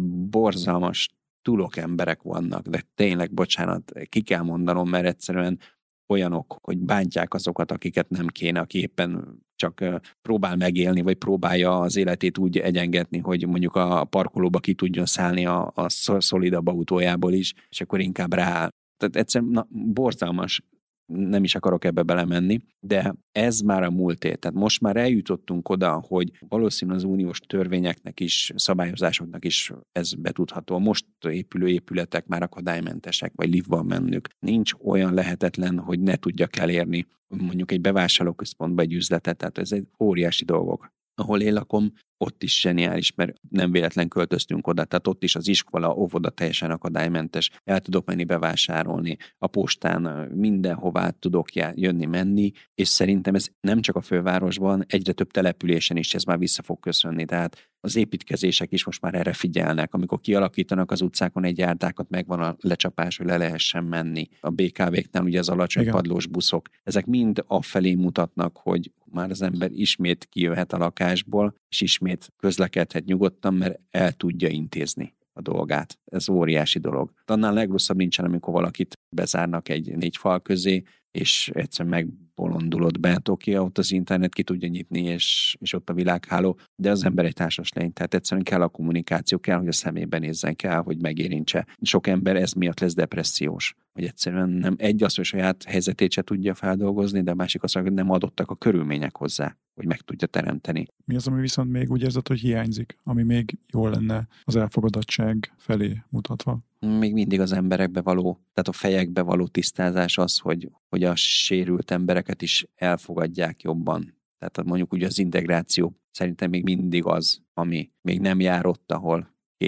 borzalmas túlok emberek vannak, de tényleg, bocsánat, ki kell mondanom, mert egyszerűen olyanok, hogy bántják azokat, akiket nem kéne, aki éppen csak próbál megélni, vagy próbálja az életét úgy egyengetni, hogy mondjuk a parkolóba ki tudjon szállni a, a szolidabb autójából is, és akkor inkább rá. Tehát egyszerűen na, borzalmas, nem is akarok ebbe belemenni, de ez már a múlté. Tehát most már eljutottunk oda, hogy valószínűleg az uniós törvényeknek is, szabályozásoknak is ez betudható. Most épülő épületek már akadálymentesek, vagy liftban mennünk. Nincs olyan lehetetlen, hogy ne tudjak elérni mondjuk egy bevásárlóközpontba egy üzletet. Tehát ez egy óriási dolgok. Ahol én lakom, ott is zseniális, mert nem véletlen költöztünk oda, tehát ott is az iskola, óvoda teljesen akadálymentes, el tudok menni bevásárolni, a postán mindenhová tudok jönni, menni, és szerintem ez nem csak a fővárosban, egyre több településen is ez már vissza fog köszönni, tehát az építkezések is most már erre figyelnek, amikor kialakítanak az utcákon egy járdákat, megvan a lecsapás, hogy le lehessen menni. A bé ká véknál ugye az alacsony igen. padlós buszok, ezek mind afelé mutatnak, hogy már az ember ismét kijöhet a lakásból, és ismét közlekedhet nyugodtan, mert el tudja intézni a dolgát. Ez óriási dolog. Annál legrosszabb nincsen, amikor valakit bezárnak egy négy fal közé, és egyszerűen megbolondulod bent, oké, ott az internet ki tudja nyitni, és, és ott a világháló, de az ember egy társas lény, tehát egyszerűen kell a kommunikáció, kell, hogy a szemébe nézzen, kell, hogy megérintse. Sok ember ez miatt lesz depressziós, hogy egyszerűen nem egy az, hogy saját helyzetét se tudja feldolgozni, de a másik az, hogy nem adottak a körülmények hozzá, hogy meg tudja teremteni. Mi az, ami viszont még úgy érzed, hogy hiányzik, ami még jól lenne az elfogadottság felé mutatva? Még mindig az emberekbe való, tehát a fejekbe való tisztázás az, hogy, hogy a sérült embereket is elfogadják jobban. Tehát mondjuk ugye az integráció szerintem még mindig az, ami még nem jár ott, ahol kéne.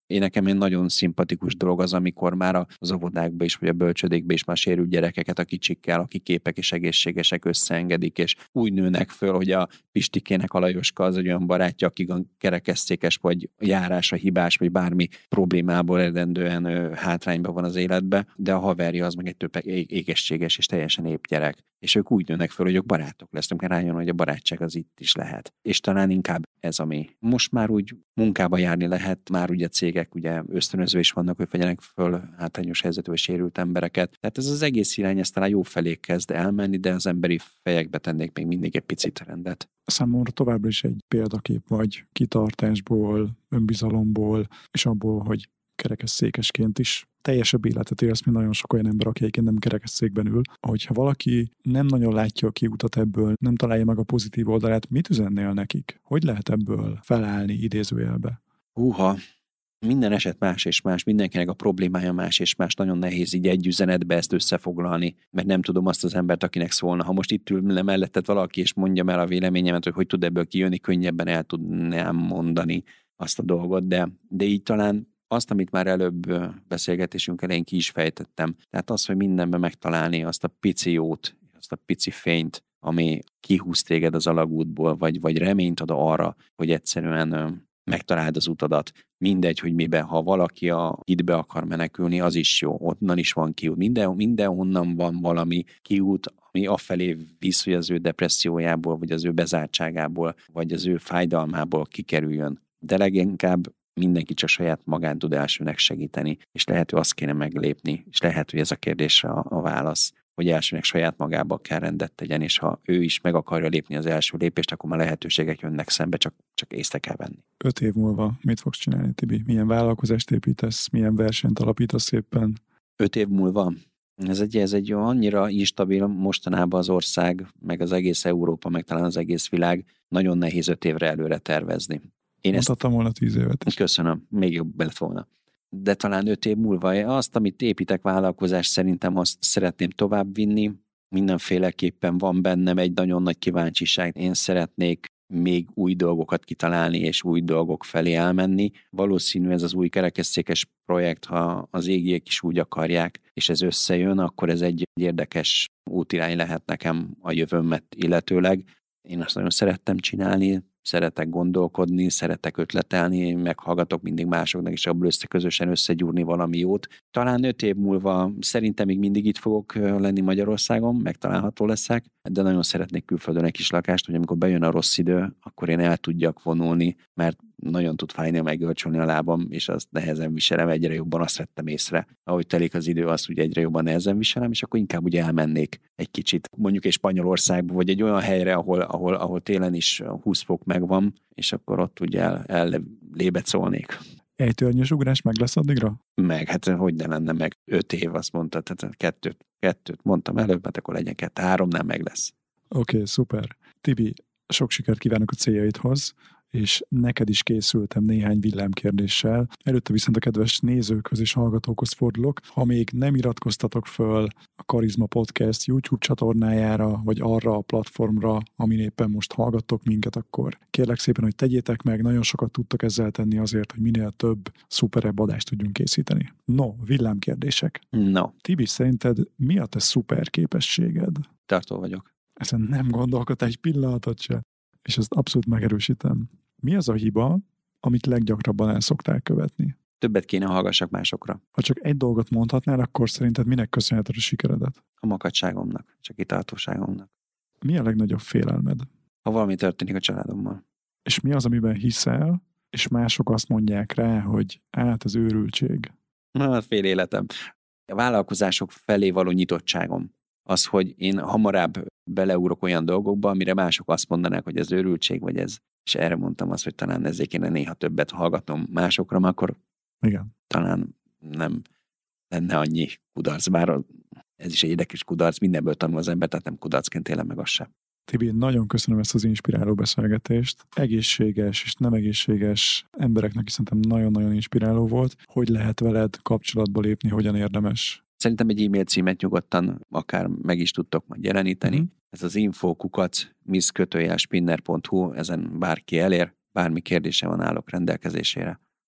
Én nekem egy nagyon szimpatikus dolog az, amikor már az óvodákba is, vagy a bölcsödékbe is már sérült gyerekeket a kicsikkel, akik képek és egészségesek összeengedik, és úgy nőnek föl, hogy a Pistikének a Lajoska az egy olyan barátja, akik a kerekesszékes, vagy járása hibás, vagy bármi problémából eredendően hátrányban van az életbe, de a haverja az meg egy több égességes és teljesen épp gyerek. És ők úgy nőnek föl, hogy ők barátok lesznek, mert rájön, hogy a barátság az itt is lehet. És talán inkább ez, ami most már úgy munkába járni lehet, már ugye cégek ugye ösztönöző is vannak, hogy vegyenek föl hátrányos helyzetű vagy sérült embereket. Tehát ez az egész irány, ez talán jó felé kezd elmenni, de az emberi fejekbe tennék még mindig egy picit rendet. Számomra továbbra is egy példakép vagy kitartásból, önbizalomból, és abból, hogy kerekesszékesként is teljesebb életet élsz, mint nagyon sok olyan ember, aki egyébként nem kerekesszékben ül. Hogyha valaki nem nagyon látja a kiutat ebből, nem találja meg a pozitív oldalát, mit üzennél nekik? Hogy lehet ebből felállni idézőjelbe? Húha, minden eset más és más, mindenkinek a problémája más és más, nagyon nehéz így egy üzenetbe ezt összefoglalni, mert nem tudom azt az embert, akinek szólna. Ha most itt ül melletted valaki, és mondjam el a véleményemet, hogy hogy tud ebből kijönni, könnyebben el tudnám mondani azt a dolgot, de, de így talán azt, amit már előbb beszélgetésünk elején ki is fejtettem. Tehát az, hogy mindenben megtalálni azt a pici jót, azt a pici fényt, ami kihúz téged az alagútból, vagy, vagy reményt ad arra, hogy egyszerűen megtaláld az utadat. Mindegy, hogy miben, ha valaki a hitbe akar menekülni, az is jó. Onnan is van kiút. Minden, mindenhonnan van valami kiút, ami afelé visz, hogy az ő depressziójából, vagy az ő bezártságából, vagy az ő fájdalmából kikerüljön. De leginkább mindenki csak saját magán tud elsőnek segíteni, és lehet, hogy azt kéne meglépni, és lehet, hogy ez a kérdésre a, a válasz, hogy elsőnek saját magába kell rendet tegyen, és ha ő is meg akarja lépni az első lépést, akkor már lehetőségek jönnek szembe, csak, csak észre kell venni. Öt év múlva mit fogsz csinálni, Tibi? Milyen vállalkozást építesz? Milyen versenyt alapítasz éppen? Öt év múlva? Ez egy, ez egy annyira instabil mostanában az ország, meg az egész Európa, meg talán az egész világ, nagyon nehéz öt évre előre tervezni. Én Mondhattam ezt... volna tíz évet. Köszönöm, még jobb lett volna. De talán öt év múlva azt, amit építek vállalkozás, szerintem azt szeretném tovább vinni. Mindenféleképpen van bennem egy nagyon nagy kíváncsiság. Én szeretnék még új dolgokat kitalálni, és új dolgok felé elmenni. Valószínű ez az új kerekesszékes projekt, ha az égiek is úgy akarják, és ez összejön, akkor ez egy érdekes útirány lehet nekem a jövőmet illetőleg. Én azt nagyon szerettem csinálni, szeretek gondolkodni, szeretek ötletelni, meghallgatok mindig másoknak, és abból össze közösen összegyúrni valami jót. Talán öt év múlva szerintem még mindig itt fogok lenni Magyarországon, megtalálható leszek, de nagyon szeretnék külföldön egy kis lakást, hogy amikor bejön a rossz idő, akkor én el tudjak vonulni, mert nagyon tud fájni, meggörcsölni a lábam, és azt nehezen viselem, egyre jobban azt vettem észre. Ahogy telik az idő, azt ugye egyre jobban nehezen viselem, és akkor inkább ugye elmennék egy kicsit, mondjuk egy Spanyolországba, vagy egy olyan helyre, ahol, ahol, ahol télen is húsz fok megvan, és akkor ott ugye el, el lébecolnék. Egy törnyös ugrás meg lesz addigra? Meg, hát hogy ne lenne meg öt év, azt mondta, tehát kettőt, kettőt mondtam előbb, hát akkor legyen kettő, három nem meg lesz. Oké, okay, szuper. Tibi, sok sikert kívánok a céljaidhoz, és neked is készültem néhány villámkérdéssel. Előtte viszont a kedves nézőkhöz és hallgatókhoz fordulok. Ha még nem iratkoztatok föl a Karizma Podcast YouTube csatornájára, vagy arra a platformra, amin éppen most hallgattok minket, akkor kérlek szépen, hogy tegyétek meg, nagyon sokat tudtok ezzel tenni azért, hogy minél több szuperebb adást tudjunk készíteni. No, villámkérdések. No. Tibi, szerinted mi a te szuper képességed? Tartó vagyok. Ezen nem gondolkodtál egy pillanatot se, és ezt abszolút megerősítem. Mi az a hiba, amit leggyakrabban el szoktál követni? Többet kéne hallgassak másokra. Ha csak egy dolgot mondhatnál, akkor szerinted minek köszönheted a sikeredet? A makacságomnak, csak kitartóságomnak. Mi a legnagyobb félelmed? Ha valami történik a családommal. És mi az, amiben hiszel, és mások azt mondják rá, hogy át az őrültség? Na, fél életem. A vállalkozások felé való nyitottságom. Az, hogy én hamarabb beleugrok olyan dolgokba, amire mások azt mondanák, hogy ez őrültség, vagy ez. És erre mondtam azt, hogy talán ezért kéne néha többet hallgatnom másokra, akkor igen, talán nem lenne annyi kudarc. Bár ez is egy érdekes kudarc, mindenből tanul az ember, tehát nem kudarcként élem meg azt sem. Tibi, nagyon köszönöm ezt az inspiráló beszélgetést. Egészséges és nem egészséges embereknek is szerintem nagyon-nagyon inspiráló volt. Hogy lehet veled kapcsolatba lépni, hogyan érdemes? Szerintem egy e-mail címet nyugodtan akár meg is tudtok majd jeleníteni. Mm. Ez az info kukac miss spinner pont hu, ezen bárki elér, bármi kérdése van, állok rendelkezésére.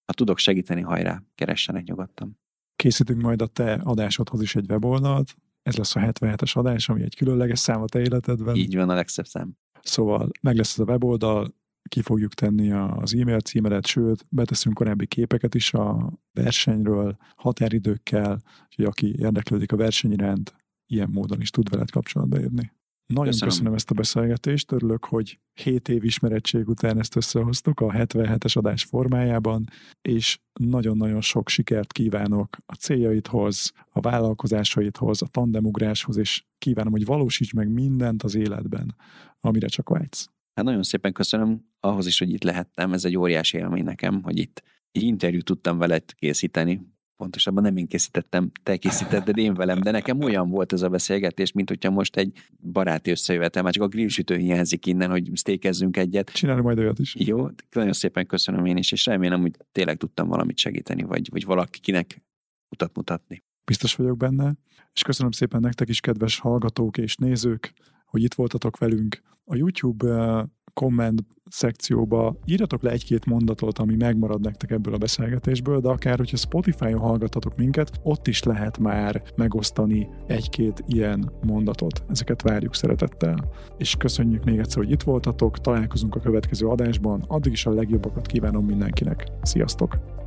Ha tudok segíteni, hajrá, keressenek nyugodtan. Készítünk majd a te adásodhoz is egy weboldalt. Ez lesz a hetvenhetes adás, ami egy különleges szám a te életedben. Így van, a legszebb szám. Szóval meg lesz ez a weboldal, ki fogjuk tenni az e-mail címedet, sőt, beteszünk korábbi képeket is a versenyről, határidőkkel, hogy aki érdeklődik a verseny iránt, ilyen módon is tud veled kapcsolatba jönni. Nagyon köszönöm. köszönöm ezt a beszélgetést, örülök, hogy hét év ismerettség után ezt összehoztuk a hetvenhetes adás formájában, és nagyon-nagyon sok sikert kívánok a céljaidhoz, a vállalkozásaidhoz, a tandemugráshoz, és kívánom, hogy valósíts meg mindent az életben, amire csak vágysz. Hát nagyon szépen köszönöm ahhoz is, hogy itt lehettem, ez egy óriási élmény nekem, hogy itt egy interjút tudtam veled készíteni. Pontosabban nem én készítettem, te készítetted én velem, de nekem olyan volt ez a beszélgetés, mint hogyha most egy baráti összejövetel, már csak a grillsütő hiányzik innen, hogy sztékezzünk egyet. Csinálunk majd olyat is. Jó, nagyon szépen köszönöm én is, és remélem, hogy tényleg tudtam valamit segíteni, vagy, vagy valakinek utat mutatni. Biztos vagyok benne, és köszönöm szépen nektek is, kedves hallgatók és nézők, hogy itt voltatok velünk. A YouTube komment szekcióba írjatok le egy-két mondatot, ami megmarad nektek ebből a beszélgetésből, de akár, hogyha Spotify-on hallgatatok minket, ott is lehet már megosztani egy-két ilyen mondatot. Ezeket várjuk szeretettel. És köszönjük még egyszer, hogy itt voltatok, találkozunk a következő adásban, addig is a legjobbakat kívánom mindenkinek. Sziasztok!